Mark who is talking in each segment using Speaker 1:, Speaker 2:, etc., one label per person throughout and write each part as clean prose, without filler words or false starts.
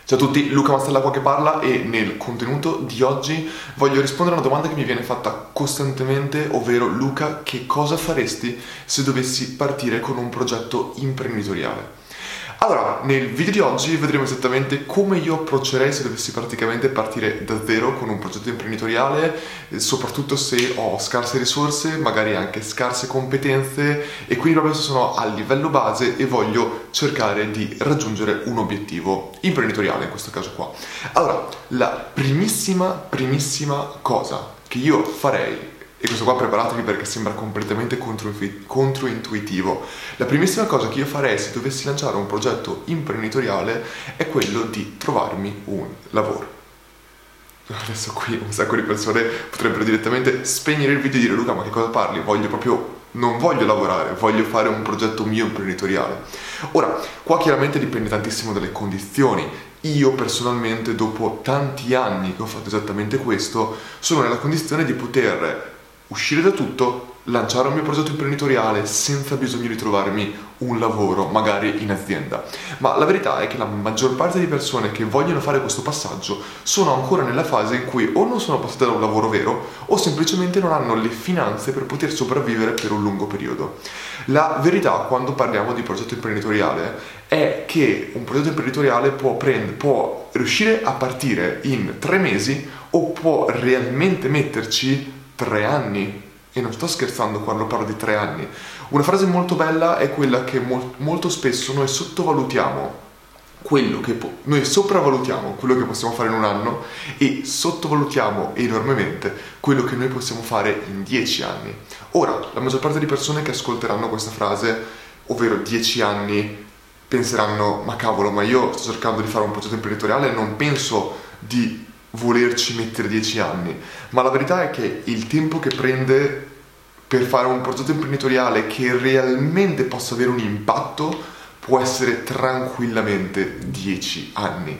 Speaker 1: Ciao a tutti, Luca Mastella qua che parla e nel contenuto di oggi voglio rispondere a una domanda che mi viene fatta costantemente, ovvero Luca, che cosa faresti se dovessi partire con un progetto imprenditoriale? Allora, nel video di oggi vedremo esattamente come io approccerei se dovessi praticamente partire da zero con un progetto imprenditoriale, soprattutto se ho scarse risorse, magari anche scarse competenze e quindi proprio se sono a livello base e voglio cercare di raggiungere un obiettivo imprenditoriale in questo caso qua. Allora, la primissima cosa che io farei, e questo qua preparatevi perché sembra completamente controintuitivo. La primissima cosa che io farei se dovessi lanciare un progetto imprenditoriale è quello di trovarmi un lavoro. Adesso qui un sacco di persone potrebbero direttamente spegnere il video e dire: Luca, ma che cosa parli? Non voglio lavorare, voglio fare un progetto mio imprenditoriale. Ora, qua chiaramente dipende tantissimo dalle condizioni. Io personalmente, dopo tanti anni che ho fatto esattamente questo, sono nella condizione di poter uscire da tutto, lanciare un mio progetto imprenditoriale senza bisogno di trovarmi un lavoro, magari in azienda. Ma la verità è che la maggior parte di persone che vogliono fare questo passaggio sono ancora nella fase in cui o non sono passate da un lavoro vero o semplicemente non hanno le finanze per poter sopravvivere per un lungo periodo. La verità, quando parliamo di progetto imprenditoriale, è che un progetto imprenditoriale può riuscire a partire in 3 mesi o può realmente metterci 3 anni, e non sto scherzando quando parlo di 3 anni. Una frase molto bella è quella che molto spesso noi sopravvalutiamo quello che possiamo fare in un anno e sottovalutiamo enormemente quello che noi possiamo fare in 10 anni. Ora, la maggior parte di persone che ascolteranno questa frase, ovvero 10 anni, penseranno: ma cavolo, ma io sto cercando di fare un progetto imprenditoriale e non penso di volerci mettere 10 anni. Ma la verità è che il tempo che prende per fare un progetto imprenditoriale che realmente possa avere un impatto può essere tranquillamente 10 anni.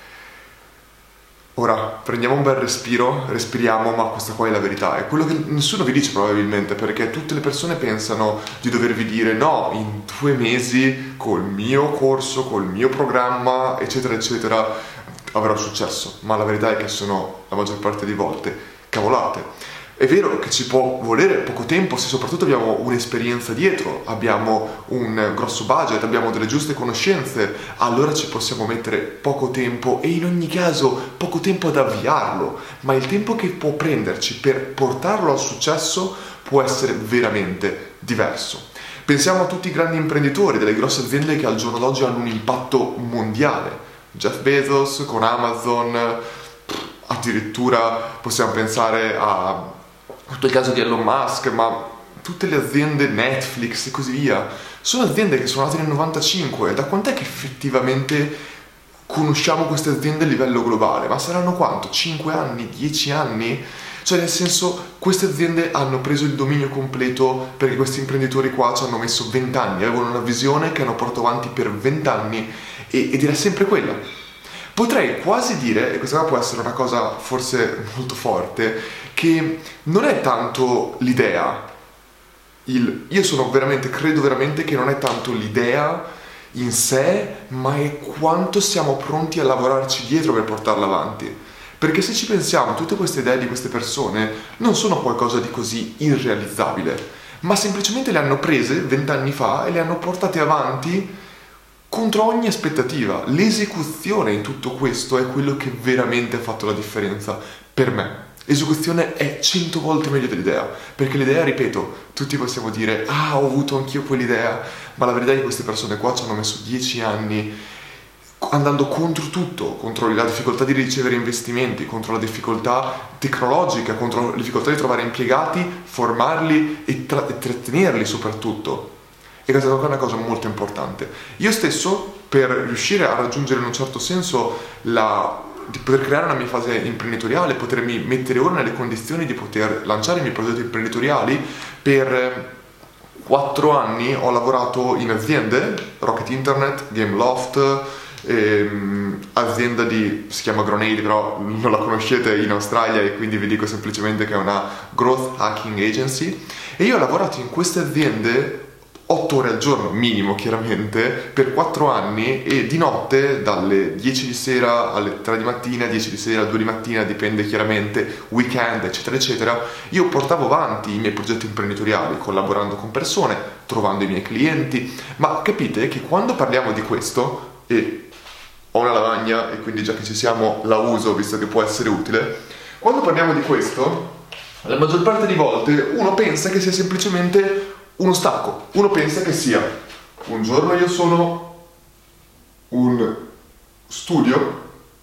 Speaker 1: Ora, prendiamo un bel respiriamo, ma questa qua è la verità. È quello che nessuno vi dice probabilmente, perché tutte le persone pensano di dovervi dire: no, in 2 mesi, col mio corso, col mio programma, eccetera, eccetera, avrò successo. Ma la verità è che sono, la maggior parte di volte, cavolate. È vero che ci può volere poco tempo se soprattutto abbiamo un'esperienza dietro, abbiamo un grosso budget, abbiamo delle giuste conoscenze, allora ci possiamo mettere poco tempo e in ogni caso poco tempo ad avviarlo, ma il tempo che può prenderci per portarlo al successo può essere veramente diverso. Pensiamo a tutti i grandi imprenditori delle grosse aziende che al giorno d'oggi hanno un impatto mondiale. Jeff Bezos con Amazon, addirittura possiamo pensare a tutto il caso di Elon Musk, ma tutte le aziende, Netflix e così via, sono aziende che sono nate nel 95. Da quant'è che effettivamente conosciamo queste aziende a livello globale? Ma saranno quanto? 5 anni? 10 anni? Cioè, nel senso, queste aziende hanno preso il dominio completo perché questi imprenditori qua ci hanno messo 20 anni, avevano una visione che hanno portato avanti per 20 anni ed era sempre quella. Potrei quasi dire, e questa può essere una cosa forse molto forte, che non è tanto l'idea, credo veramente che non è tanto l'idea in sé, ma è quanto siamo pronti a lavorarci dietro per portarla avanti. Perché se ci pensiamo, tutte queste idee di queste persone non sono qualcosa di così irrealizzabile, ma semplicemente le hanno prese 20 anni fa e le hanno portate avanti contro ogni aspettativa. L'esecuzione in tutto questo è quello che veramente ha fatto la differenza per me. L'esecuzione è 100 volte meglio dell'idea, perché l'idea, ripeto, tutti possiamo dire: ah, ho avuto anch'io quell'idea, ma la verità è che queste persone qua ci hanno messo 10 anni andando contro tutto, contro la difficoltà di ricevere investimenti, contro la difficoltà tecnologica, contro la difficoltà di trovare impiegati, formarli e trattenerli soprattutto. E questa è una cosa molto importante. Io stesso, per riuscire a raggiungere in un certo senso di poter creare una mia fase imprenditoriale, potermi mettere ora nelle condizioni di poter lanciare i miei progetti imprenditoriali, per 4 anni ho lavorato in aziende, Rocket Internet, Gameloft, azienda si chiama Grenade, però non la conoscete in Australia e quindi vi dico semplicemente che è una growth hacking agency, e io ho lavorato in queste aziende 8 ore al giorno, minimo chiaramente, per 4 anni, e di notte dalle 10 di sera alle 3 di mattina, 10 di sera alle 2 di mattina, dipende chiaramente, weekend, eccetera, eccetera, io portavo avanti i miei progetti imprenditoriali, collaborando con persone, trovando i miei clienti, ma capite che quando parliamo di questo, e ho una lavagna e quindi già che ci siamo la uso visto che può essere utile, quando parliamo di questo, la maggior parte di volte uno pensa che sia semplicemente uno stacco, uno pensa che sia un giorno io sono un studio,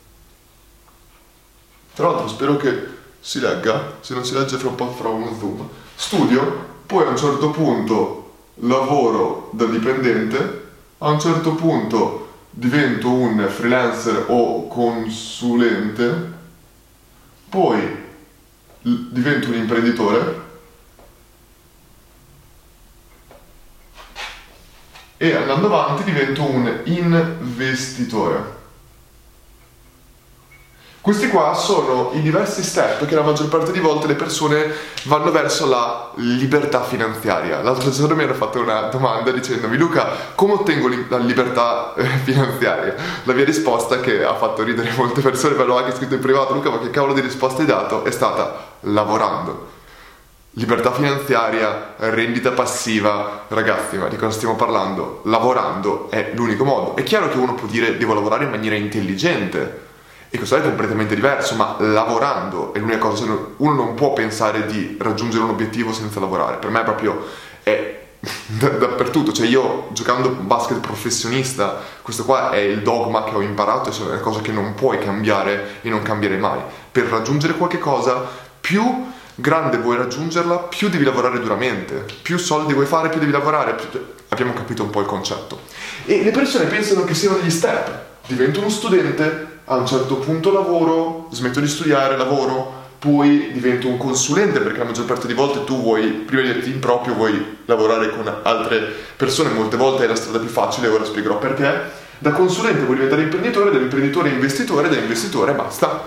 Speaker 1: tra l'altro spero che si legga, se non si legge fra un po' farò uno zoom, studio, poi a un certo punto lavoro da dipendente, a un certo punto divento un freelancer o consulente, poi divento un imprenditore e andando avanti divento un investitore. Questi qua sono i diversi step che la maggior parte di volte le persone vanno verso la libertà finanziaria. L'altro giorno mi hanno fatto una domanda dicendomi: Luca, come ottengo la libertà finanziaria? La mia risposta, che ha fatto ridere molte persone, me l'ho anche scritto in privato: Luca, ma che cavolo di risposta hai dato? È stata: lavorando. Libertà finanziaria, rendita passiva, ragazzi, ma di cosa stiamo parlando? Lavorando è l'unico modo. È chiaro che uno può dire devo lavorare in maniera intelligente, e questo è completamente diverso, ma lavorando è l'unica cosa. Uno non può pensare di raggiungere un obiettivo senza lavorare. Per me proprio è dappertutto. Cioè, io giocando basket professionista, questo qua è il dogma che ho imparato, è una cosa che non puoi cambiare e non cambierei mai. Per raggiungere qualche cosa, più grande vuoi raggiungerla, più devi lavorare duramente, più soldi vuoi fare, più devi lavorare, abbiamo capito un po' il concetto. E le persone pensano che siano degli step: divento uno studente, a un certo punto lavoro, smetto di studiare, lavoro, poi divento un consulente, perché la maggior parte di volte tu vuoi, prima di dirti in proprio, vuoi lavorare con altre persone, molte volte è la strada più facile, ora spiegherò perché. Da consulente vuoi diventare imprenditore, dall'imprenditore investitore, da investitore basta,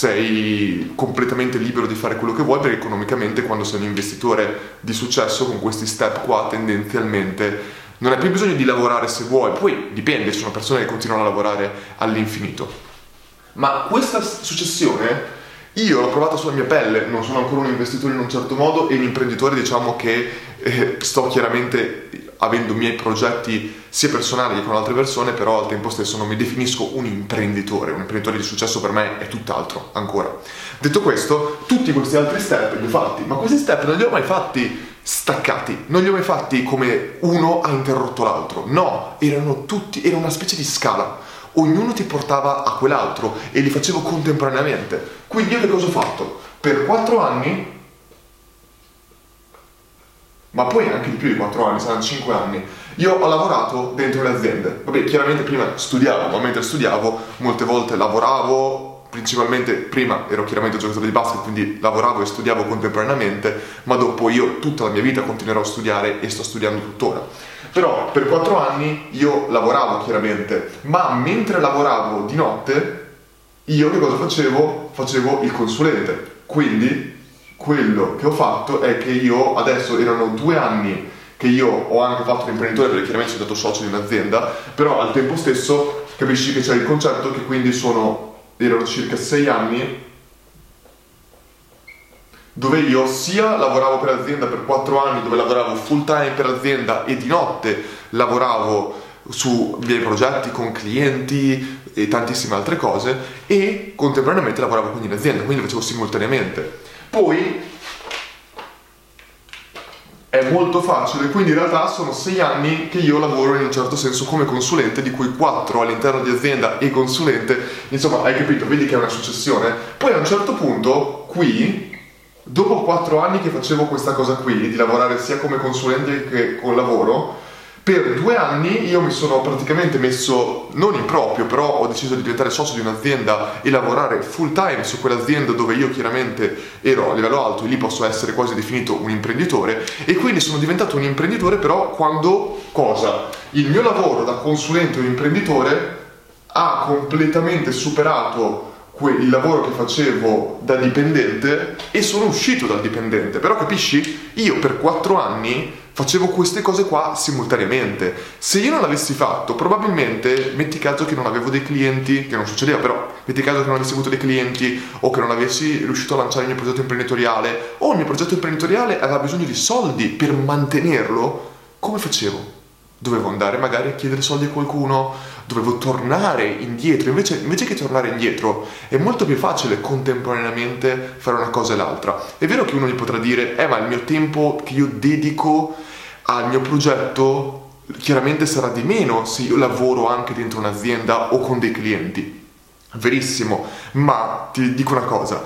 Speaker 1: sei completamente libero di fare quello che vuoi, perché economicamente quando sei un investitore di successo con questi step qua tendenzialmente non hai più bisogno di lavorare se vuoi. Poi dipende, ci sono persone che continuano a lavorare all'infinito. Ma questa successione io l'ho provata sulla mia pelle, non sono ancora un investitore in un certo modo e un imprenditore, diciamo che sto chiaramente avendo i miei progetti sia personali che con altre persone, però al tempo stesso non mi definisco un imprenditore di successo. Per me è tutt'altro ancora. Detto questo, tutti questi altri step li ho fatti, ma questi step non li ho mai fatti staccati, non li ho mai fatti come uno ha interrotto l'altro, no, era una specie di scala. Ognuno ti portava a quell'altro e li facevo contemporaneamente. Quindi io che cosa ho fatto? Per 4 anni, ma poi anche di più di 4 anni, saranno 5 anni, io ho lavorato dentro le aziende. Vabbè, chiaramente prima studiavo, ma mentre studiavo molte volte lavoravo, principalmente prima ero chiaramente giocatore di basket, quindi lavoravo e studiavo contemporaneamente, ma dopo io tutta la mia vita continuerò a studiare e sto studiando tuttora. Però per 4 anni io lavoravo chiaramente, ma mentre lavoravo di notte, io che cosa facevo? Facevo il consulente. Quindi quello che ho fatto è che io adesso erano 2 anni che io ho anche fatto l'imprenditore, perché chiaramente sono stato socio di un'azienda, però al tempo stesso capisci che c'è il concetto che quindi erano circa 6 anni dove io sia lavoravo per l'azienda per 4 anni, dove lavoravo full time per l'azienda e di notte lavoravo su miei progetti con clienti e tantissime altre cose, e contemporaneamente lavoravo quindi in azienda, quindi lo facevo simultaneamente. Poi è molto facile, quindi in realtà sono 6 anni che io lavoro in un certo senso come consulente, di cui 4 all'interno di azienda e consulente. Insomma, hai capito, vedi che è una successione. Poi a un certo punto qui, dopo 4 anni che facevo questa cosa qui, di lavorare sia come consulente che con lavoro, per 2 anni io mi sono praticamente messo, non in proprio, però ho deciso di diventare socio di un'azienda e lavorare full time su quell'azienda, dove io chiaramente ero a livello alto e lì posso essere quasi definito un imprenditore, e quindi sono diventato un imprenditore. Però quando cosa? Il mio lavoro da consulente o imprenditore ha completamente superato il lavoro che facevo da dipendente e sono uscito dal dipendente. Però capisci? Io per 4 anni facevo queste cose qua simultaneamente. Se io non l'avessi fatto, probabilmente, metti caso che non avevo dei clienti, che non succedeva però, metti caso che non avessi avuto dei clienti o che non avessi riuscito a lanciare il mio progetto imprenditoriale o il mio progetto imprenditoriale aveva bisogno di soldi per mantenerlo, come facevo? Dovevo andare magari a chiedere soldi a qualcuno, dovevo tornare indietro, invece che tornare indietro è molto più facile contemporaneamente fare una cosa e l'altra. È vero che uno mi potrà dire, ma il mio tempo che io dedico al mio progetto chiaramente sarà di meno se io lavoro anche dentro un'azienda o con dei clienti. Verissimo, ma ti dico una cosa,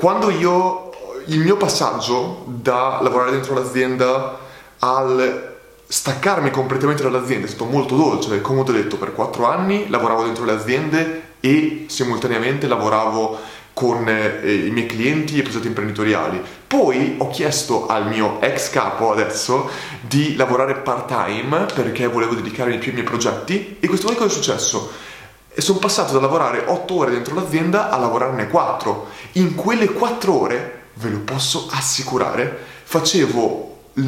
Speaker 1: il mio passaggio da lavorare dentro l'azienda al staccarmi completamente dall'azienda è stato molto dolce. Come ti ho detto, per 4 anni lavoravo dentro le aziende e simultaneamente lavoravo con i miei clienti e progetti imprenditoriali. Poi ho chiesto al mio ex capo adesso di lavorare part-time perché volevo dedicarmi più ai miei progetti, e questo poi cosa è successo? E sono passato da lavorare 8 ore dentro l'azienda a lavorarne 4. In quelle 4 ore, ve lo posso assicurare, facevo il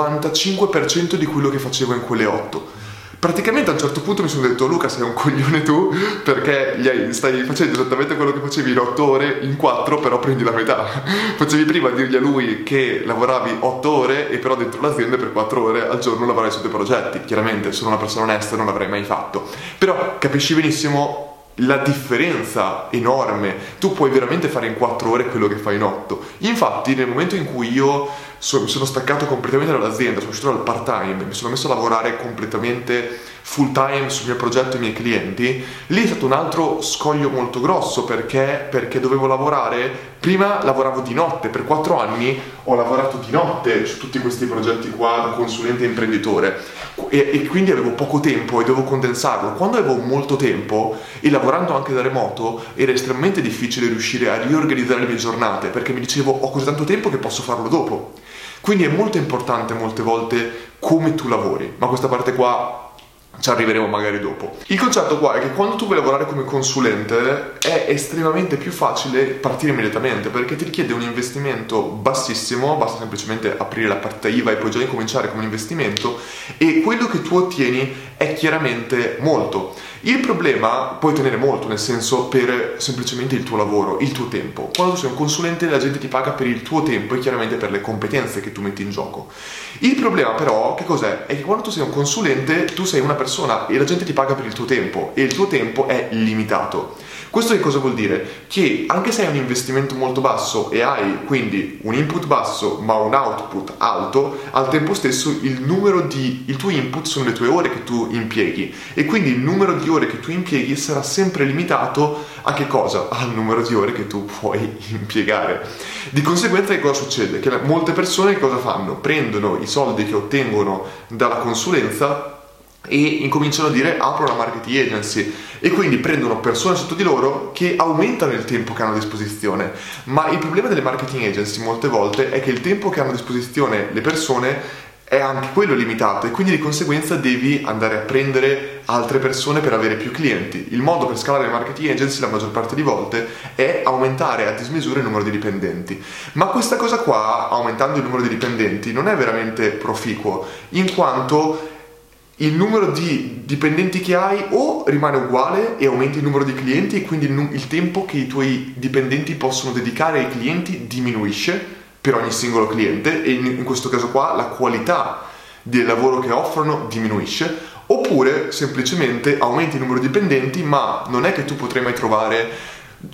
Speaker 1: 95% di quello che facevo in quelle 8. Praticamente a un certo punto mi sono detto, Luca, sei un coglione tu, perché stai facendo esattamente quello che facevi in 8 ore in 4, però prendi la metà. Facevi prima dirgli a lui che lavoravi 8 ore e però dentro l'azienda per 4 ore al giorno lavorai su dei progetti. Chiaramente sono una persona onesta e non l'avrei mai fatto, però capisci benissimo la differenza enorme. Tu puoi veramente fare in 4 ore quello che fai in 8. Infatti nel momento in cui io mi sono staccato completamente dall'azienda, sono uscito dal part-time, mi sono messo a lavorare completamente full-time sul mio progetto e i miei clienti, lì è stato un altro scoglio molto grosso perché dovevo lavorare. Prima lavoravo di notte, per 4 anni ho lavorato di notte su tutti questi progetti qua da consulente e imprenditore e quindi avevo poco tempo e dovevo condensarlo. Quando avevo molto tempo e lavorando anche da remoto era estremamente difficile riuscire a riorganizzare le mie giornate, perché mi dicevo ho così tanto tempo che posso farlo dopo. Quindi è molto importante molte volte come tu lavori, ma questa parte qua ci arriveremo magari dopo. Il concetto qua è che quando tu vuoi lavorare come consulente è estremamente più facile partire immediatamente, perché ti richiede un investimento bassissimo, basta semplicemente aprire la partita IVA e puoi già incominciare come investimento, e quello che tu ottieni è chiaramente molto. Il problema, puoi ottenere molto nel senso per semplicemente il tuo lavoro, il tuo tempo. Quando tu sei un consulente la gente ti paga per il tuo tempo e chiaramente per le competenze che tu metti in gioco. Il problema però, che cos'è? È che quando tu sei un consulente tu sei una persona e la gente ti paga per il tuo tempo e il tuo tempo è limitato. Questo che cosa vuol dire? Che anche se hai un investimento molto basso e hai quindi un input basso ma un output alto, al tempo stesso il tuo input sono le tue ore che tu impieghi, e quindi il numero di ore che tu impieghi sarà sempre limitato a che cosa? Al numero di ore che tu puoi impiegare. Di conseguenza che cosa succede? Che molte persone cosa fanno? Prendono i soldi che ottengono dalla consulenza e incominciano a dire apro una marketing agency, e quindi prendono persone sotto di loro che aumentano il tempo che hanno a disposizione. Ma il problema delle marketing agency molte volte è che il tempo che hanno a disposizione le persone è anche quello limitato, e quindi di conseguenza devi andare a prendere altre persone per avere più clienti. Il modo per scalare le marketing agency la maggior parte di volte è aumentare a dismisura il numero di dipendenti, ma questa cosa qua, aumentando il numero di dipendenti, non è veramente proficuo, in quanto il numero di dipendenti che hai o rimane uguale e aumenti il numero di clienti, e quindi il tempo che i tuoi dipendenti possono dedicare ai clienti diminuisce per ogni singolo cliente, e in questo caso qua la qualità del lavoro che offrono diminuisce, oppure semplicemente aumenti il numero di dipendenti, ma non è che tu potrai mai trovare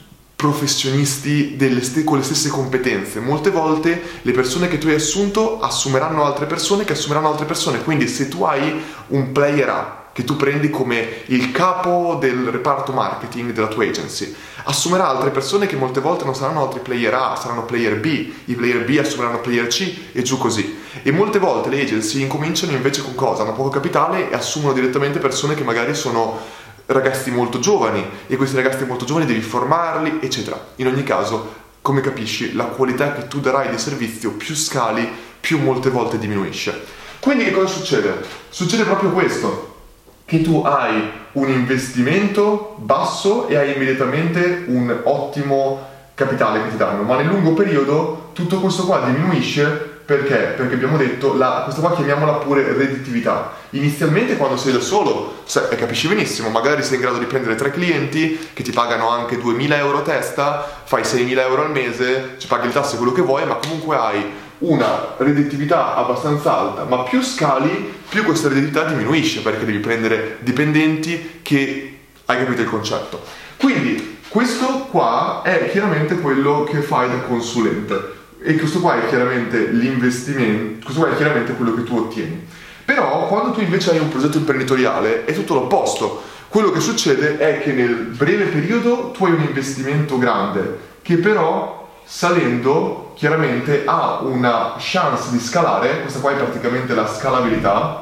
Speaker 1: professionisti con le stesse competenze. Molte volte le persone che tu hai assunto assumeranno altre persone che assumeranno altre persone, quindi se tu hai un player A che tu prendi come il capo del reparto marketing della tua agency, assumerà altre persone che molte volte non saranno altri player A, saranno player B, i player B assumeranno player C e giù così. E molte volte le agency incominciano invece con cosa? Hanno poco capitale e assumono direttamente persone che magari sono ragazzi molto giovani, e questi ragazzi molto giovani devi formarli, eccetera. In ogni caso, come capisci, la qualità che tu darai di servizio più scali, più molte volte diminuisce. Quindi che cosa succede? Succede proprio questo, che tu hai un investimento basso e hai immediatamente un ottimo capitale che ti danno, ma nel lungo periodo tutto questo qua diminuisce Perché? Perché abbiamo detto, questa qua chiamiamola pure redditività. Inizialmente quando sei da solo, capisci benissimo, magari sei in grado di prendere 3 clienti che ti pagano anche 2.000 euro a testa, fai 6.000 euro al mese, ci paghi le tasse, quello che vuoi, ma comunque hai una redditività abbastanza alta. Ma più scali, più questa redditività diminuisce, perché devi prendere dipendenti che... Hai capito il concetto? Quindi questo qua è chiaramente quello che fai da consulente. E questo qua è chiaramente l'investimento, questo qua è chiaramente quello che tu ottieni. Però quando tu invece hai un progetto imprenditoriale è tutto l'opposto. Quello che succede è che nel breve periodo tu hai un investimento grande, che però salendo chiaramente ha una chance di scalare. Questa qua è praticamente la scalabilità.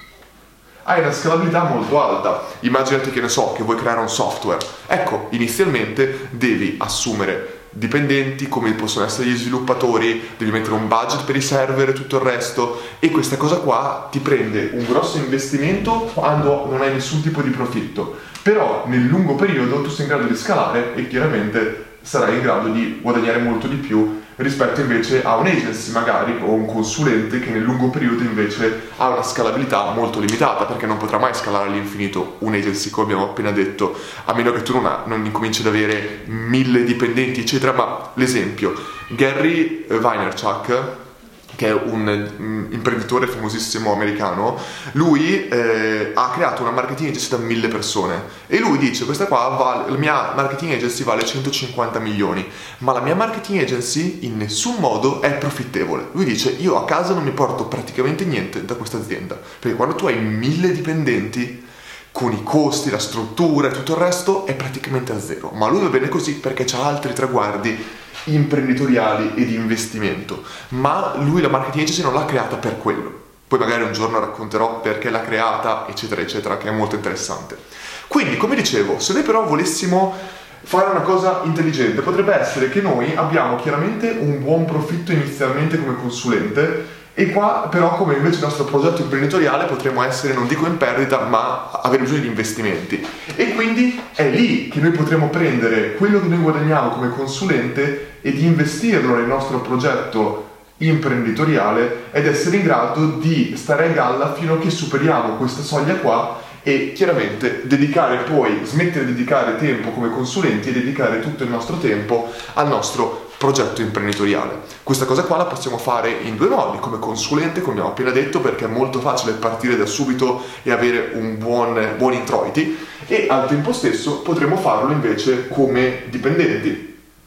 Speaker 1: Hai una scalabilità molto alta. Immaginati che ne so, che vuoi creare un software. Ecco, inizialmente devi assumere dipendenti come possono essere gli sviluppatori, devi mettere un budget per i server e tutto il resto, e questa cosa qua ti prende un grosso investimento quando non hai nessun tipo di profitto, però nel lungo periodo tu sei in grado di scalare e chiaramente sarai in grado di guadagnare molto di più rispetto invece a un agency magari o un consulente che nel lungo periodo invece ha una scalabilità molto limitata, perché non potrà mai scalare all'infinito un agency, come abbiamo appena detto, a meno che tu non incominci ad avere 1.000 dipendenti eccetera. Ma l'esempio, Gary Vaynerchuk, che è un imprenditore famosissimo americano, lui ha creato una marketing agency da 1.000 persone e lui dice: questa qua la mia marketing agency vale 150 milioni, ma la mia marketing agency in nessun modo è profittevole. Lui dice: io a casa non mi porto praticamente niente da questa azienda, perché quando tu hai 1.000 dipendenti con i costi, la struttura e tutto il resto è praticamente a zero, ma lui va bene così perché ha altri traguardi imprenditoriali e di investimento. Ma lui la marketing agency non l'ha creata per quello. Poi magari un giorno racconterò perché l'ha creata eccetera eccetera, che è molto interessante. Quindi, come dicevo, se noi però volessimo fare una cosa intelligente, potrebbe essere che noi abbiamo chiaramente un buon profitto inizialmente come consulente, e qua però come invece il nostro progetto imprenditoriale potremmo essere, non dico in perdita, ma avere bisogno di investimenti, e quindi è lì che noi potremo prendere quello che noi guadagniamo come consulente e di investirlo nel nostro progetto imprenditoriale ed essere in grado di stare a galla fino a che superiamo questa soglia qua, e chiaramente smettere di dedicare tempo come consulenti e dedicare tutto il nostro tempo al nostro progetto imprenditoriale. Questa cosa qua la possiamo fare in 2 modi: come consulente, come abbiamo appena detto, perché è molto facile partire da subito e avere un buon introiti, e al tempo stesso potremo farlo invece come dipendenti,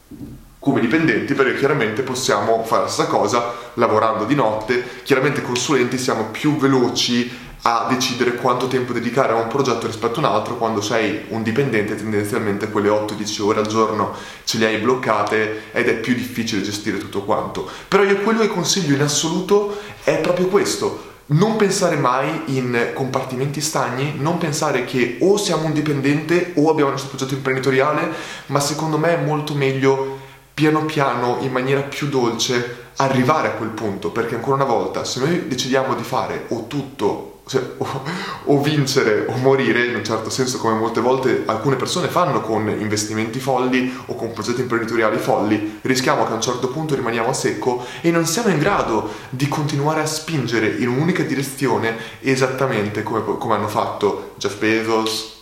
Speaker 1: perché chiaramente possiamo fare la stessa cosa lavorando di notte. Chiaramente consulenti siamo più veloci a decidere quanto tempo dedicare a un progetto rispetto a un altro. Quando sei un dipendente tendenzialmente quelle 8-10 ore al giorno ce le hai bloccate ed è più difficile gestire tutto quanto. Però io quello che consiglio in assoluto è proprio questo: non pensare mai in compartimenti stagni, non pensare che o siamo un dipendente o abbiamo il nostro progetto imprenditoriale, ma secondo me è molto meglio piano piano, in maniera più dolce, arrivare a quel punto, perché ancora una volta, se noi decidiamo di fare o tutto o vincere o morire, in un certo senso, come molte volte alcune persone fanno con investimenti folli o con progetti imprenditoriali folli, rischiamo che a un certo punto rimaniamo a secco e non siamo in grado di continuare a spingere in un'unica direzione, esattamente come hanno fatto Jeff Bezos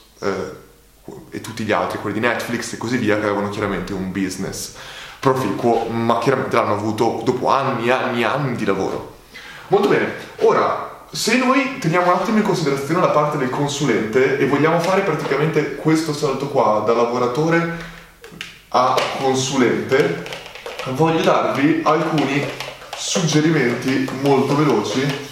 Speaker 1: e tutti gli altri, quelli di Netflix e così via, che avevano chiaramente un business proficuo, ma chiaramente l'hanno avuto dopo anni e anni di lavoro. Molto bene, ora se noi teniamo un attimo in considerazione la parte del consulente e vogliamo fare praticamente questo salto qua da lavoratore a consulente, voglio darvi alcuni suggerimenti molto veloci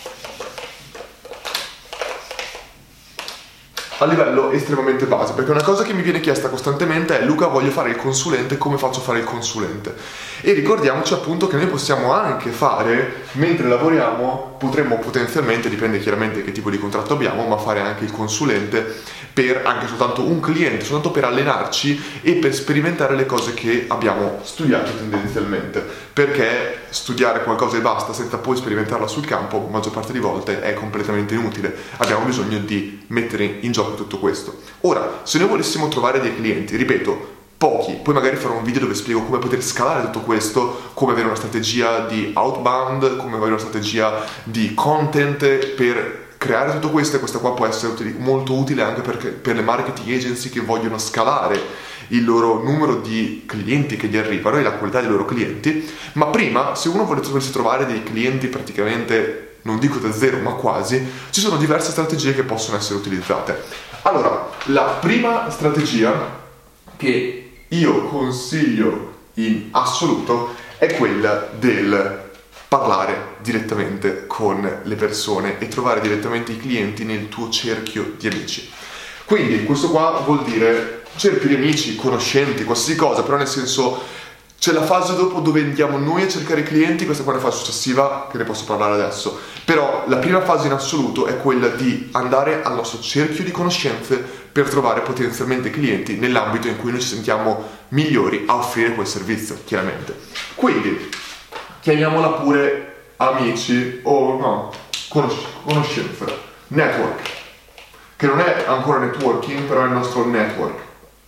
Speaker 1: a livello estremamente base, perché una cosa che mi viene chiesta costantemente è: Luca, voglio fare il consulente, come faccio a fare il consulente? E ricordiamoci appunto che noi possiamo anche fare, mentre lavoriamo, potremmo potenzialmente, dipende chiaramente che tipo di contratto abbiamo, ma fare anche il consulente per anche soltanto un cliente, soltanto per allenarci e per sperimentare le cose che abbiamo studiato tendenzialmente, perché studiare qualcosa e basta senza poi sperimentarla sul campo, la maggior parte di volte è completamente inutile. Abbiamo bisogno di mettere in gioco tutto questo. Ora, se noi volessimo trovare dei clienti, ripeto, pochi. Poi magari farò un video dove spiego come poter scalare tutto questo, come avere una strategia di outbound, come avere una strategia di content per creare tutto questo, e questa qua può essere molto utile anche per le marketing agency che vogliono scalare il loro numero di clienti che gli arrivano e la qualità dei loro clienti. Ma prima, se uno volesse trovare dei clienti praticamente, non dico da zero, ma quasi, ci sono diverse strategie che possono essere utilizzate. Allora, la prima strategia che io consiglio in assoluto è quella del parlare direttamente con le persone e trovare direttamente i clienti nel tuo cerchio di amici. Quindi questo qua vuol dire cerchio di amici, conoscenti, qualsiasi cosa, però nel senso c'è la fase dopo dove andiamo noi a cercare i clienti, questa qua è la fase successiva che ne posso parlare adesso, però la prima fase in assoluto è quella di andare al nostro cerchio di conoscenze per trovare potenzialmente clienti nell'ambito in cui noi ci sentiamo migliori a offrire quel servizio, chiaramente. Quindi chiamiamola pure amici o no, conoscenze, network, che non è ancora networking, però è il nostro network.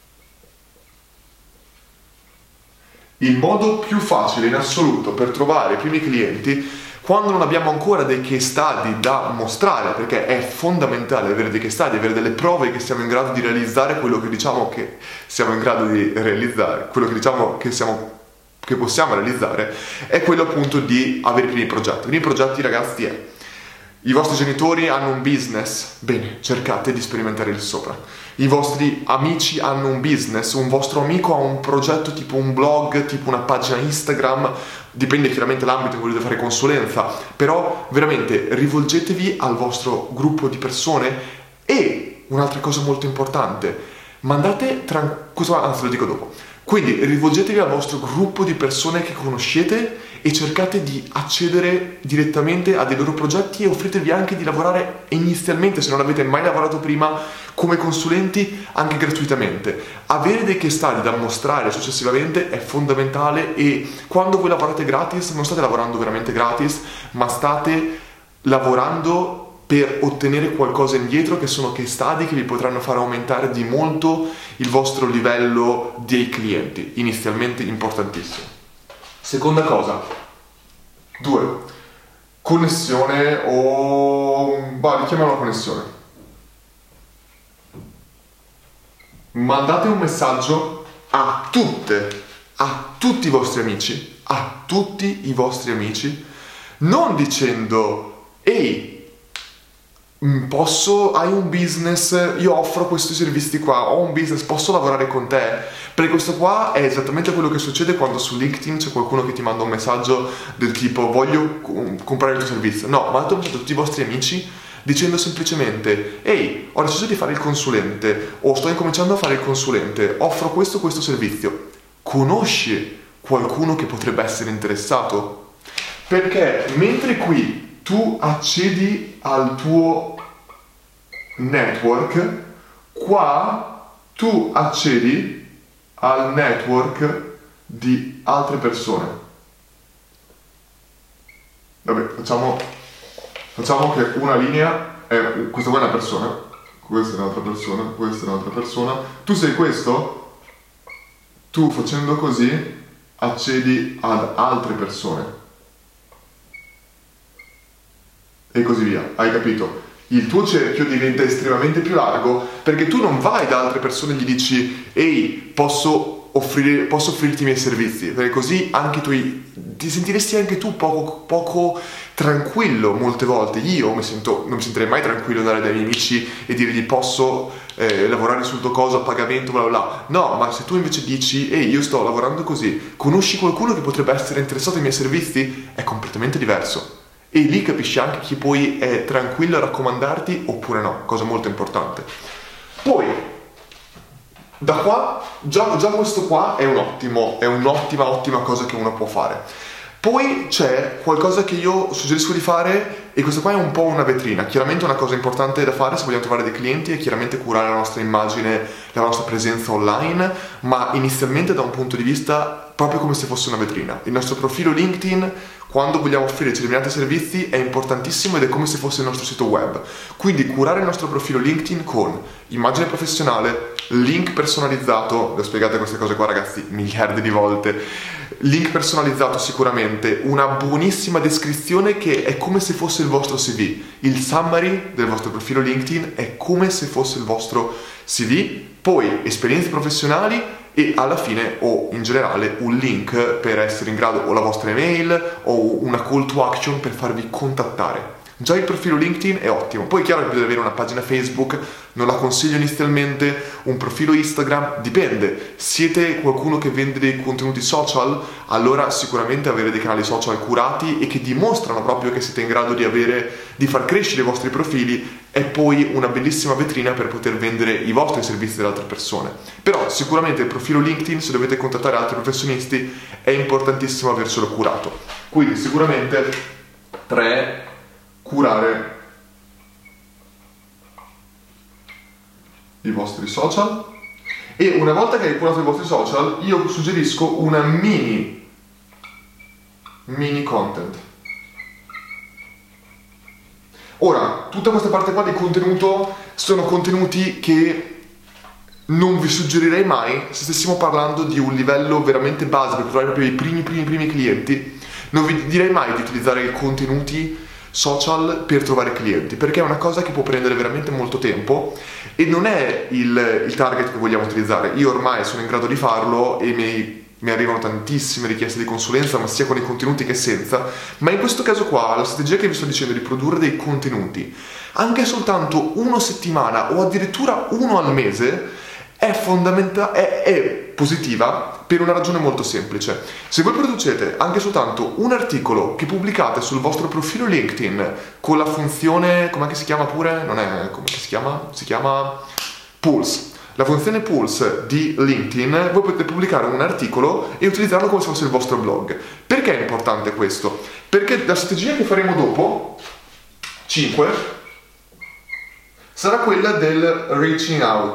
Speaker 1: Il modo più facile in assoluto per trovare i primi clienti, quando non abbiamo ancora dei case study da mostrare, perché è fondamentale avere dei case study, avere delle prove che siamo in grado di realizzare quello che diciamo che siamo in grado di realizzare, quello che diciamo che possiamo realizzare, è quello appunto di avere i primi progetti. I primi progetti, ragazzi, è: i vostri genitori hanno un business, bene, cercate di sperimentare lì sopra. I vostri amici hanno un business, un vostro amico ha un progetto tipo un blog, tipo una pagina Instagram, dipende chiaramente dall'ambito in cui volete fare consulenza, però veramente rivolgetevi al vostro gruppo di persone. E un'altra cosa molto importante, anzi lo dico dopo. Quindi rivolgetevi al vostro gruppo di persone che conoscete e cercate di accedere direttamente a dei loro progetti e offritevi anche di lavorare inizialmente, se non avete mai lavorato prima, come consulenti, anche gratuitamente. Avere dei case study da mostrare successivamente è fondamentale, e quando voi lavorate gratis non state lavorando veramente gratis, ma state lavorando per ottenere qualcosa indietro, che sono case study che vi potranno far aumentare di molto il vostro livello dei clienti, inizialmente importantissimo. Seconda cosa, 2, connessione chiamiamola connessione. Mandate un messaggio a tutti i vostri amici, non dicendo: ehi, hai un business, io offro questi servizi qua, ho un business, posso lavorare con te? Perché questo qua è esattamente quello che succede quando su LinkedIn c'è qualcuno che ti manda un messaggio del tipo: voglio comprare il tuo servizio. No, mandate un messaggio a tutti i vostri amici dicendo semplicemente: ehi, ho deciso di fare il consulente, o sto incominciando a fare il consulente, offro questo servizio. Conosci qualcuno che potrebbe essere interessato? Perché mentre qui tu accedi al tuo network, qua tu accedi al network di altre persone. Vabbè, facciamo che una linea è questa qua è una persona, questa è un'altra persona, questa è un'altra persona. Tu sei questo? Tu, facendo così, accedi ad altre persone. E così via, hai capito? Il tuo cerchio diventa estremamente più largo, perché tu non vai da altre persone e gli dici: ehi, posso offrirti i miei servizi, perché così anche tu ti sentiresti anche tu poco tranquillo molte volte. Io non mi sentirei mai tranquillo andare dai miei amici e dirgli: posso lavorare sul tuo coso a pagamento, bla bla bla. No, ma se tu invece dici: ehi, io sto lavorando così, conosci qualcuno che potrebbe essere interessato ai miei servizi? È completamente diverso. E lì capisci anche chi poi è tranquillo a raccomandarti oppure no, cosa molto importante. Poi, da qua, già questo qua è un'ottima cosa che uno può fare. Poi c'è qualcosa che io suggerisco di fare, e questo qua è un po' una vetrina. Chiaramente una cosa importante da fare se vogliamo trovare dei clienti è chiaramente curare la nostra immagine, la nostra presenza online, ma inizialmente da un punto di vista proprio come se fosse una vetrina. Il nostro profilo LinkedIn, quando vogliamo offrire determinati servizi è importantissimo ed è come se fosse il nostro sito web. Quindi curare il nostro profilo LinkedIn con immagine professionale, link personalizzato, vi ho spiegato queste cose qua ragazzi miliardi di volte, link personalizzato sicuramente, una buonissima descrizione che è come se fosse il vostro CV, il summary del vostro profilo LinkedIn è come se fosse il vostro CV, poi esperienze professionali e alla fine o in generale un link per essere in grado o la vostra email o una call to action per farvi contattare. Già il profilo LinkedIn è ottimo, poi è chiaro che bisogna avere una pagina Facebook, non la consiglio inizialmente, un profilo Instagram, dipende. Siete qualcuno che vende dei contenuti social? Allora sicuramente avere dei canali social curati e che dimostrano proprio che siete in grado di far crescere i vostri profili è poi una bellissima vetrina per poter vendere i vostri servizi alle altre persone. Però sicuramente il profilo LinkedIn, se dovete contattare altri professionisti, è importantissimo avercelo curato. Quindi sicuramente 3, curare i vostri social, e una volta che hai curato i vostri social io suggerisco una mini content. Ora, tutta questa parte qua di contenuto sono contenuti che non vi suggerirei mai se stessimo parlando di un livello veramente base per trovare proprio i primi clienti. Non vi direi mai di utilizzare i contenuti social per trovare clienti, perché è una cosa che può prendere veramente molto tempo e non è il target che vogliamo utilizzare. Io ormai sono in grado di farlo e mi arrivano tantissime richieste di consulenza, ma sia con i contenuti che senza. Ma in questo caso qua la strategia che vi sto dicendo di produrre dei contenuti anche soltanto 1 settimana o addirittura 1 al mese è fondamentale, è positiva per una ragione molto semplice. Se voi producete anche soltanto un articolo che pubblicate sul vostro profilo LinkedIn con la funzione, com'è che si chiama pure? Non è, come si chiama? Si chiama Pulse. La funzione Pulse di LinkedIn, voi potete pubblicare un articolo e utilizzarlo come se fosse il vostro blog. Perché è importante questo? Perché la strategia che faremo dopo, 5, sarà quella del reaching out,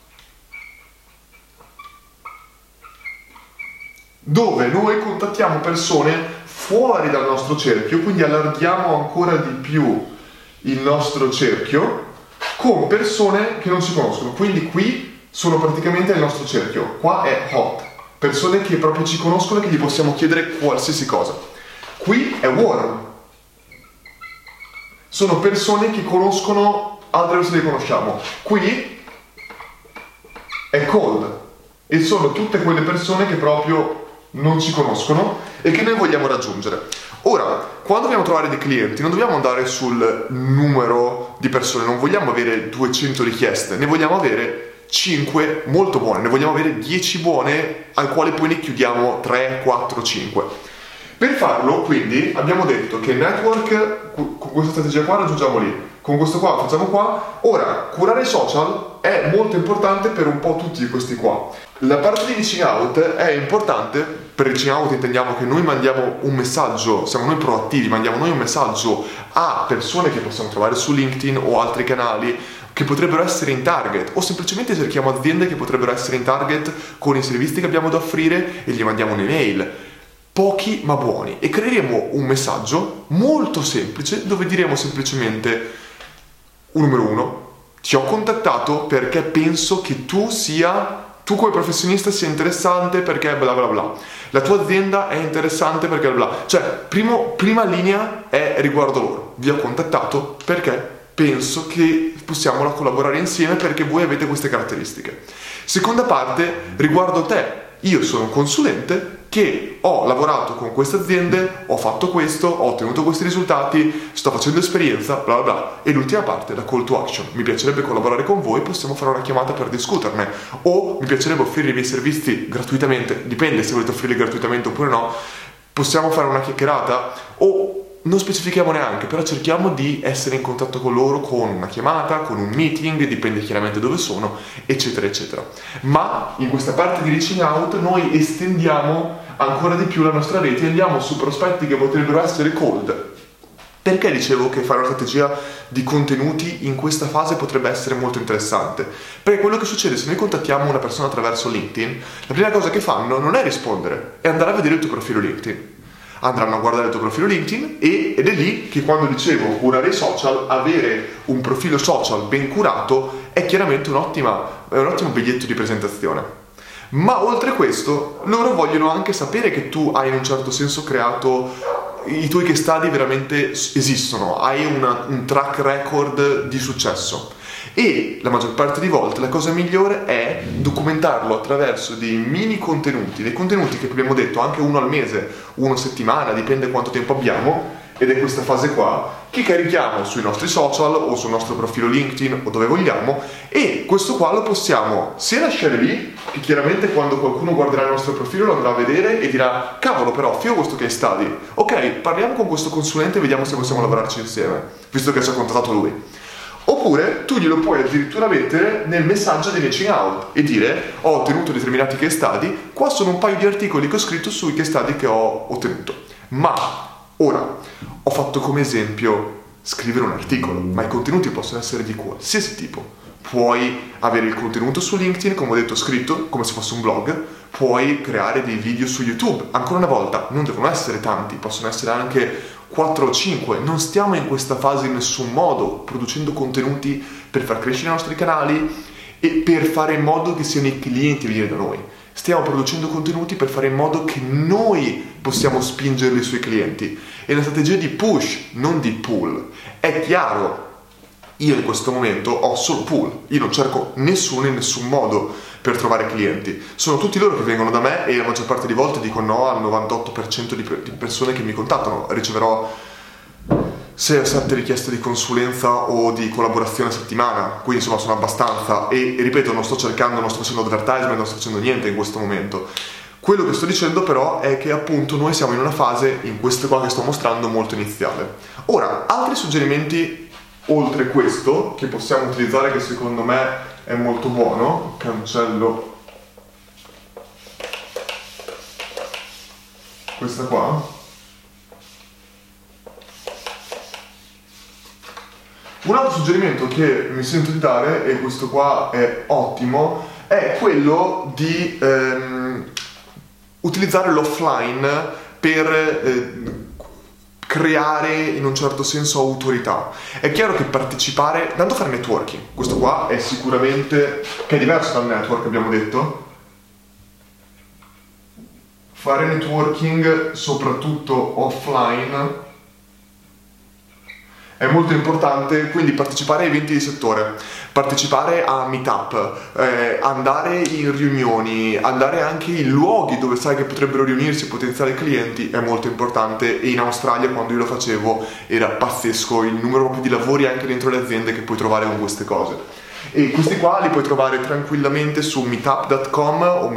Speaker 1: dove noi contattiamo persone fuori dal nostro cerchio, quindi allarghiamo ancora di più il nostro cerchio con persone che non ci conoscono. Quindi qui sono praticamente il nostro cerchio, qua è hot, persone che proprio ci conoscono e che gli possiamo chiedere qualsiasi cosa. Qui è warm, sono persone che conoscono altre persone che conosciamo. Qui è cold e sono tutte quelle persone che proprio non ci conoscono e che noi vogliamo raggiungere. Ora, quando dobbiamo trovare dei clienti non dobbiamo andare sul numero di persone, non vogliamo avere 200 richieste, ne vogliamo avere 5 molto buone, ne vogliamo avere 10 buone al quale poi ne chiudiamo 3, 4, 5. Per farlo quindi abbiamo detto che network con questa strategia qua raggiungiamo lì, con questo qua facciamo qua. Ora, curare i social è molto importante per un po' tutti questi qua. La parte di reaching out è importante. Per reaching out intendiamo che noi mandiamo un messaggio, siamo noi proattivi, mandiamo noi un messaggio a persone che possiamo trovare su LinkedIn o altri canali che potrebbero essere in target, o semplicemente cerchiamo aziende che potrebbero essere in target con i servizi che abbiamo da offrire e gli mandiamo un'email. Pochi ma buoni, e creeremo un messaggio molto semplice dove diremo semplicemente: numero 1, ti ho contattato perché penso che tu come professionista sia interessante perché bla bla bla, la tua azienda è interessante perché bla bla. Cioè, prima linea è riguardo loro: vi ho contattato perché penso che possiamo collaborare insieme perché voi avete queste caratteristiche. Seconda parte, riguardo te: io sono un consulente che ho lavorato con queste aziende, ho fatto questo, ho ottenuto questi risultati, sto facendo esperienza, bla bla bla. E l'ultima parte, la call to action: mi piacerebbe collaborare con voi, possiamo fare una chiamata per discuterne, o mi piacerebbe offrire i miei servizi gratuitamente, dipende se volete offrirli gratuitamente oppure no, possiamo fare una chiacchierata, o non specifichiamo neanche, però cerchiamo di essere in contatto con loro con una chiamata, con un meeting, dipende chiaramente dove sono, eccetera eccetera. Ma in questa parte di reaching out noi estendiamo ancora di più la nostra rete e andiamo su prospetti che potrebbero essere cold. Perché dicevo che fare una strategia di contenuti in questa fase potrebbe essere molto interessante? Perché quello che succede se noi contattiamo una persona attraverso LinkedIn, la prima cosa che fanno non è rispondere, è andare a vedere il tuo profilo LinkedIn. andranno a guardare il tuo profilo LinkedIn ed è lì che, quando dicevo curare i social, avere un profilo social ben curato è chiaramente un ottimo biglietto di presentazione. Ma oltre questo, loro vogliono anche sapere che tu hai in un certo senso creato, i tuoi case study veramente esistono, hai un track record di successo. E la maggior parte di volte la cosa migliore è documentarlo attraverso dei mini contenuti, dei contenuti che abbiamo detto anche uno al mese, uno a settimana, dipende quanto tempo abbiamo, ed è questa fase qua che carichiamo sui nostri social o sul nostro profilo LinkedIn o dove vogliamo, e questo qua lo possiamo sia lasciare lì, che chiaramente quando qualcuno guarderà il nostro profilo lo andrà a vedere e dirà: cavolo, però figo questo case study, ok, parliamo con questo consulente e vediamo se possiamo lavorarci insieme, visto che ci ha contattato lui. Oppure tu glielo puoi addirittura mettere nel messaggio di reaching out e dire: ho ottenuto determinati case study, qua sono un paio di articoli che ho scritto sui case study che ho ottenuto. Ma ora ho fatto come esempio scrivere un articolo, ma i contenuti possono essere di qualsiasi tipo. Puoi avere il contenuto su LinkedIn, come ho detto, scritto come se fosse un blog, puoi creare dei video su YouTube. Ancora una volta, non devono essere tanti, possono essere anche 4 o 5. Non stiamo in questa fase in nessun modo producendo contenuti per far crescere i nostri canali e per fare in modo che siano i clienti a venire da noi. Stiamo producendo contenuti per fare in modo che noi possiamo spingerli sui clienti. È una strategia di push, non di pull. È chiaro, io in questo momento ho solo pull, io non cerco nessuno in nessun modo per trovare clienti. Sono tutti loro che vengono da me e la maggior parte di volte dico no al 98% di persone che mi contattano. Riceverò 6 o 7 richieste di consulenza o di collaborazione a settimana, quindi insomma sono abbastanza, e ripeto, non sto facendo advertisement, non sto facendo niente in questo momento. Quello che sto dicendo però è che appunto noi siamo in una fase, in questo qua che sto mostrando, molto iniziale. Ora, altri suggerimenti oltre questo che possiamo utilizzare, che secondo me è molto buono, cancello questa qua. Un altro suggerimento che mi sento di dare, e questo qua è ottimo, è quello di utilizzare l'offline per creare in un certo senso autorità. È chiaro che partecipare, tanto fare networking, questo qua è sicuramente, che è diverso dal network, abbiamo detto. Fare networking soprattutto offline è molto importante, quindi partecipare a eventi di settore, partecipare a meetup, andare in riunioni, andare anche in luoghi dove sai che potrebbero riunirsi potenziali clienti è molto importante. E in Australia, quando io lo facevo, era pazzesco il numero proprio di lavori anche dentro le aziende che puoi trovare con queste cose. E questi qua li puoi trovare tranquillamente su meetup.com o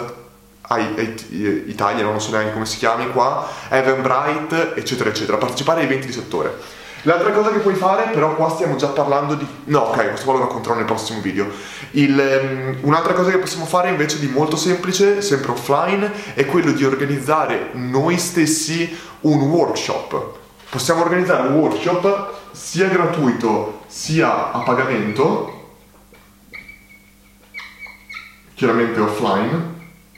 Speaker 1: Italia, non so neanche come si chiami qua, Eventbrite, eccetera eccetera. Partecipare a eventi di settore. L'altra cosa che puoi fare, però qua stiamo già parlando di... No, ok, questo qua lo racconterò nel prossimo video. Un'altra cosa che possiamo fare invece di molto semplice, sempre offline, è quello di organizzare noi stessi un workshop. Possiamo organizzare un workshop sia gratuito sia a pagamento, chiaramente offline,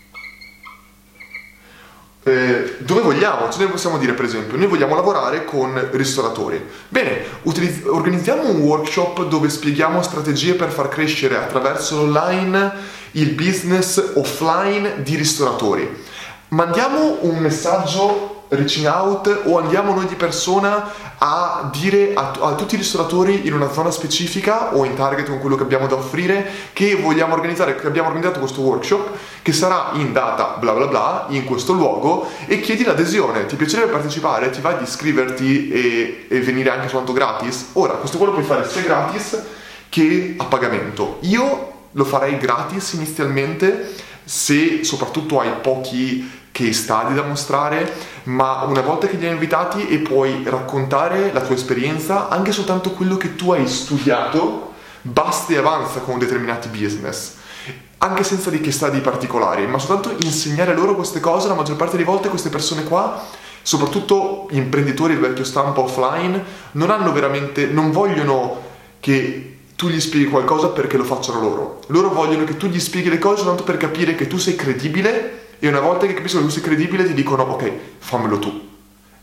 Speaker 1: dove vogliamo. Cioè noi possiamo dire, per esempio, noi vogliamo lavorare con ristoratori. Bene, organizziamo un workshop dove spieghiamo strategie per far crescere attraverso l'online il business offline di ristoratori. Mandiamo un messaggio reaching out o andiamo noi di persona a dire a tutti i ristoratori in una zona specifica o in target con quello che abbiamo da offrire che vogliamo organizzare, che abbiamo organizzato questo workshop che sarà in data bla bla bla in questo luogo, e chiedi l'adesione. Ti piacerebbe partecipare? Ti va di iscriverti e venire anche soltanto gratis? Ora, questo qua lo puoi fare sia gratis che a pagamento. Io lo farei gratis inizialmente se soprattutto hai pochi case study da mostrare, ma una volta che li hai invitati e puoi raccontare la tua esperienza, anche soltanto quello che tu hai studiato, basta e avanza con determinati business, anche senza dei case study particolari, ma soltanto insegnare loro queste cose. La maggior parte delle volte queste persone qua, soprattutto imprenditori del vecchio stampo offline, non vogliono che tu gli spieghi qualcosa perché lo facciano loro vogliono che tu gli spieghi le cose soltanto per capire che tu sei credibile, e una volta che capiscono che tu sei credibile ti dicono ok, fammelo tu.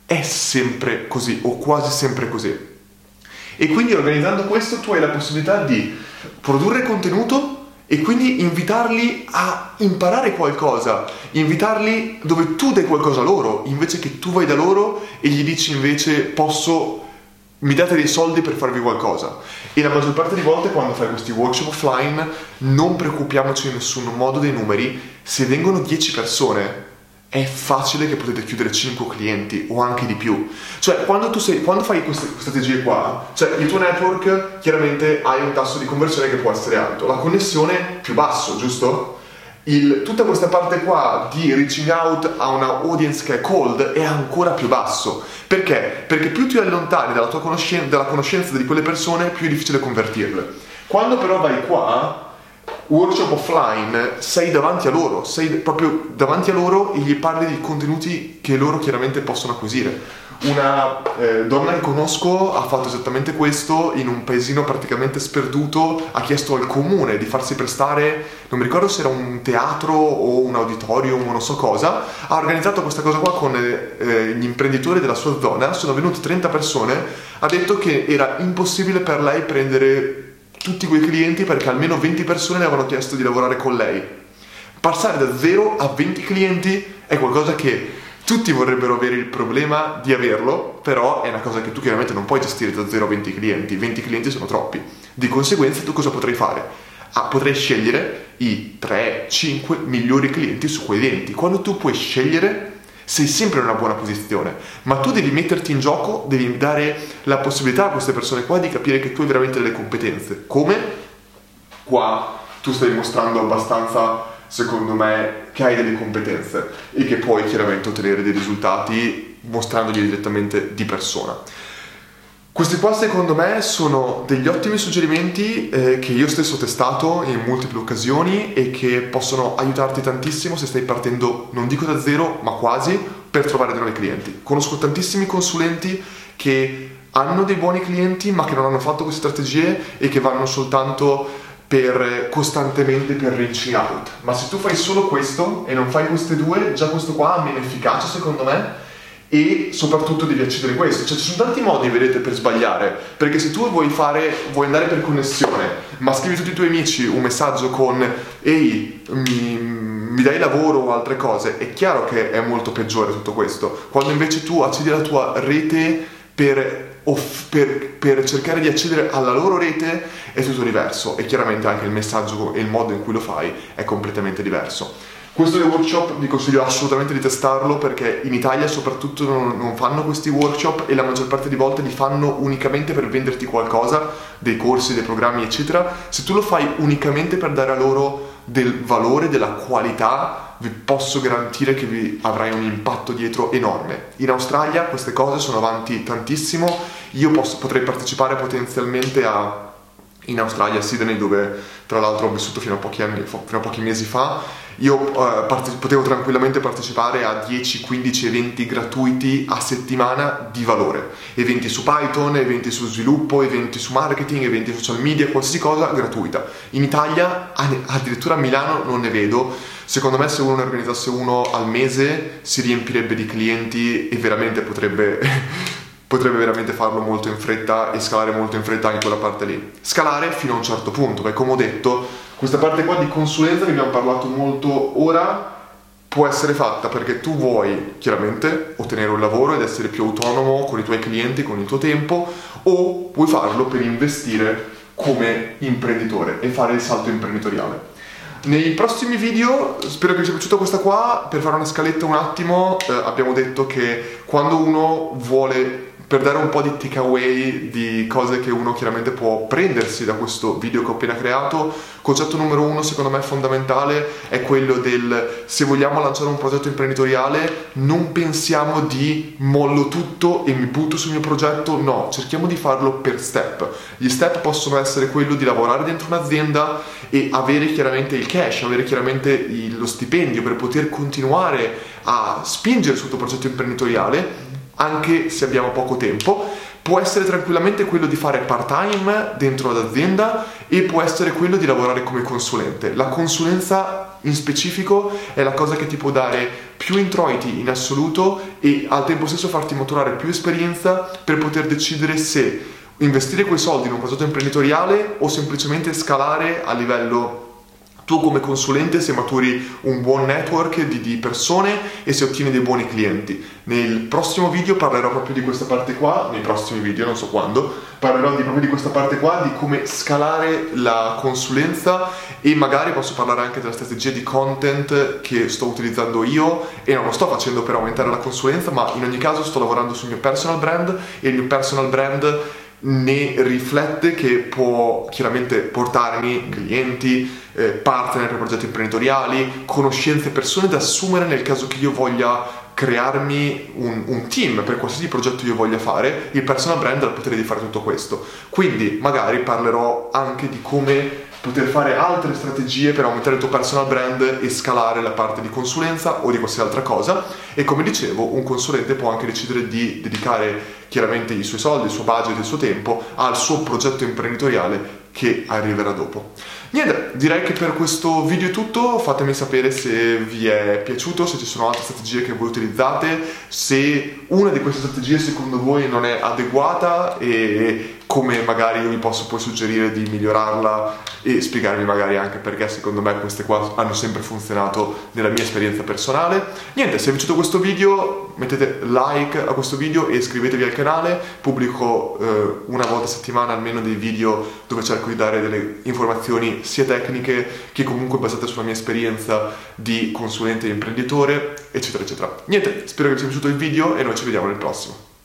Speaker 1: è sempre così o quasi sempre così. E quindi organizzando questo tu hai la possibilità di produrre contenuto e quindi invitarli a imparare qualcosa, invitarli dove tu dai qualcosa a loro, invece che tu vai da loro e gli dici invece mi date dei soldi per farvi qualcosa. E la maggior parte di volte quando fai questi workshop offline non preoccupiamoci in nessun modo dei numeri. Se vengono 10 persone è facile che potete chiudere 5 clienti o anche di più. Cioè quando fai queste strategie qua, cioè il tuo network chiaramente hai un tasso di conversione che può essere alto, la connessione più basso, giusto? Tutta questa parte qua di reaching out a una audience che è cold è ancora più basso. Perché? Perché più ti allontani dalla conoscenza di quelle persone, più è difficile convertirle. Quando però vai qua, workshop offline, sei davanti a loro, sei proprio davanti a loro e gli parli di contenuti che loro chiaramente possono acquisire. Una donna che conosco ha fatto esattamente questo in un paesino praticamente sperduto, ha chiesto al comune di farsi prestare, non mi ricordo se era un teatro o un auditorium o non so cosa, ha organizzato questa cosa qua con gli imprenditori della sua zona, sono venute 30 persone, ha detto che era impossibile per lei prendere tutti quei clienti perché almeno 20 persone le avevano chiesto di lavorare con lei. Passare da 0 a 20 clienti è qualcosa che tutti vorrebbero avere il problema di averlo, però è una cosa che tu chiaramente non puoi gestire da 0 a 20 clienti. 20 clienti sono troppi. Di conseguenza tu cosa potrai fare? Potrai scegliere i 3-5 migliori clienti su quei 20. Quando tu puoi scegliere sei sempre in una buona posizione, ma tu devi metterti in gioco, devi dare la possibilità a queste persone qua di capire che tu hai veramente delle competenze. Come? Qua tu stai mostrando abbastanza, secondo me, che hai delle competenze e che puoi chiaramente ottenere dei risultati mostrandogli direttamente di persona. Questi qua secondo me sono degli ottimi suggerimenti che io stesso ho testato in multiple occasioni e che possono aiutarti tantissimo se stai partendo, non dico da zero, ma quasi, per trovare dei nuovi clienti. Conosco tantissimi consulenti che hanno dei buoni clienti ma che non hanno fatto queste strategie e che vanno soltanto costantemente per reaching out. Ma se tu fai solo questo e non fai queste due, già questo qua ha meno efficacia secondo me. E soprattutto devi accedere a questo, cioè ci sono tanti modi, vedete, per sbagliare, perché se tu vuoi andare per connessione, ma scrivi a tutti i tuoi amici un messaggio con ehi, mi dai lavoro o altre cose, è chiaro che è molto peggiore tutto questo. Quando invece tu accedi alla tua rete per cercare di accedere alla loro rete è tutto diverso, e chiaramente anche il messaggio e il modo in cui lo fai è completamente diverso. Questo del workshop vi consiglio assolutamente di testarlo, perché in Italia soprattutto non fanno questi workshop e la maggior parte di volte li fanno unicamente per venderti qualcosa, dei corsi, dei programmi eccetera. Se tu lo fai unicamente per dare a loro del valore, della qualità, vi posso garantire che avrai un impatto dietro enorme. In Australia queste cose sono avanti tantissimo, io potrei partecipare potenzialmente in Australia, a Sydney, dove tra l'altro ho vissuto fino a pochi mesi fa. Io potevo tranquillamente partecipare a 10, 15 eventi gratuiti a settimana di valore. Eventi su Python, eventi su sviluppo, eventi su marketing, eventi social media, qualsiasi cosa gratuita. In Italia, addirittura a Milano, non ne vedo. Secondo me se uno ne organizzasse uno al mese si riempirebbe di clienti e veramente potrebbe veramente farlo molto in fretta e scalare molto in fretta anche quella parte lì. Scalare fino a un certo punto, perché come ho detto, questa parte qua di consulenza che abbiamo parlato molto ora può essere fatta perché tu vuoi chiaramente ottenere un lavoro ed essere più autonomo con i tuoi clienti, con il tuo tempo, o puoi farlo per investire come imprenditore e fare il salto imprenditoriale. Nei prossimi video, spero che vi sia piaciuta questa qua. Per fare una scaletta un attimo, abbiamo detto che quando uno vuole, per dare un po' di takeaway di cose che uno chiaramente può prendersi da questo video che ho appena creato, concetto numero 1 secondo me fondamentale è quello del: se vogliamo lanciare un progetto imprenditoriale non pensiamo di mollo tutto e mi butto sul mio progetto, no, cerchiamo di farlo per step. Gli step possono essere quello di lavorare dentro un'azienda e avere chiaramente il cash, avere chiaramente lo stipendio per poter continuare a spingere sul tuo progetto imprenditoriale anche se abbiamo poco tempo. Può essere tranquillamente quello di fare part-time dentro l'azienda e può essere quello di lavorare come consulente. La consulenza in specifico è la cosa che ti può dare più introiti in assoluto e al tempo stesso farti maturare più esperienza per poter decidere se investire quei soldi in un progetto imprenditoriale o semplicemente scalare a livello tu come consulente, se maturi un buon network di persone e se ottieni dei buoni clienti. Nel prossimo video parlerò proprio di questa parte qua, nei prossimi video, non so quando, parlerò proprio di questa parte qua, di come scalare la consulenza e magari posso parlare anche della strategia di content che sto utilizzando io e non lo sto facendo per aumentare la consulenza, ma in ogni caso sto lavorando sul mio personal brand e il mio personal brand ne riflette che può chiaramente portarmi clienti, partner per progetti imprenditoriali, conoscenze, persone da assumere nel caso che io voglia crearmi un team per qualsiasi progetto io voglia fare. Il personal brand ha il potere di fare tutto questo, quindi magari parlerò anche di come poter fare altre strategie per aumentare il tuo personal brand e scalare la parte di consulenza o di qualsiasi altra cosa. E come dicevo, un consulente può anche decidere di dedicare chiaramente i suoi soldi, il suo budget, il suo tempo al suo progetto imprenditoriale che arriverà dopo. Niente, direi che per questo video è tutto. Fatemi sapere se vi è piaciuto, se ci sono altre strategie che voi utilizzate, se una di queste strategie secondo voi non è adeguata e come magari io vi posso poi suggerire di migliorarla e spiegarvi magari anche perché secondo me queste qua hanno sempre funzionato nella mia esperienza personale. Niente, se vi è piaciuto questo video mettete like a questo video e iscrivetevi al canale. Pubblico una volta a settimana almeno dei video dove cerco di dare delle informazioni sia tecniche che comunque basate sulla mia esperienza di consulente e imprenditore, eccetera eccetera. Niente, spero che vi sia piaciuto il video e noi ci vediamo nel prossimo.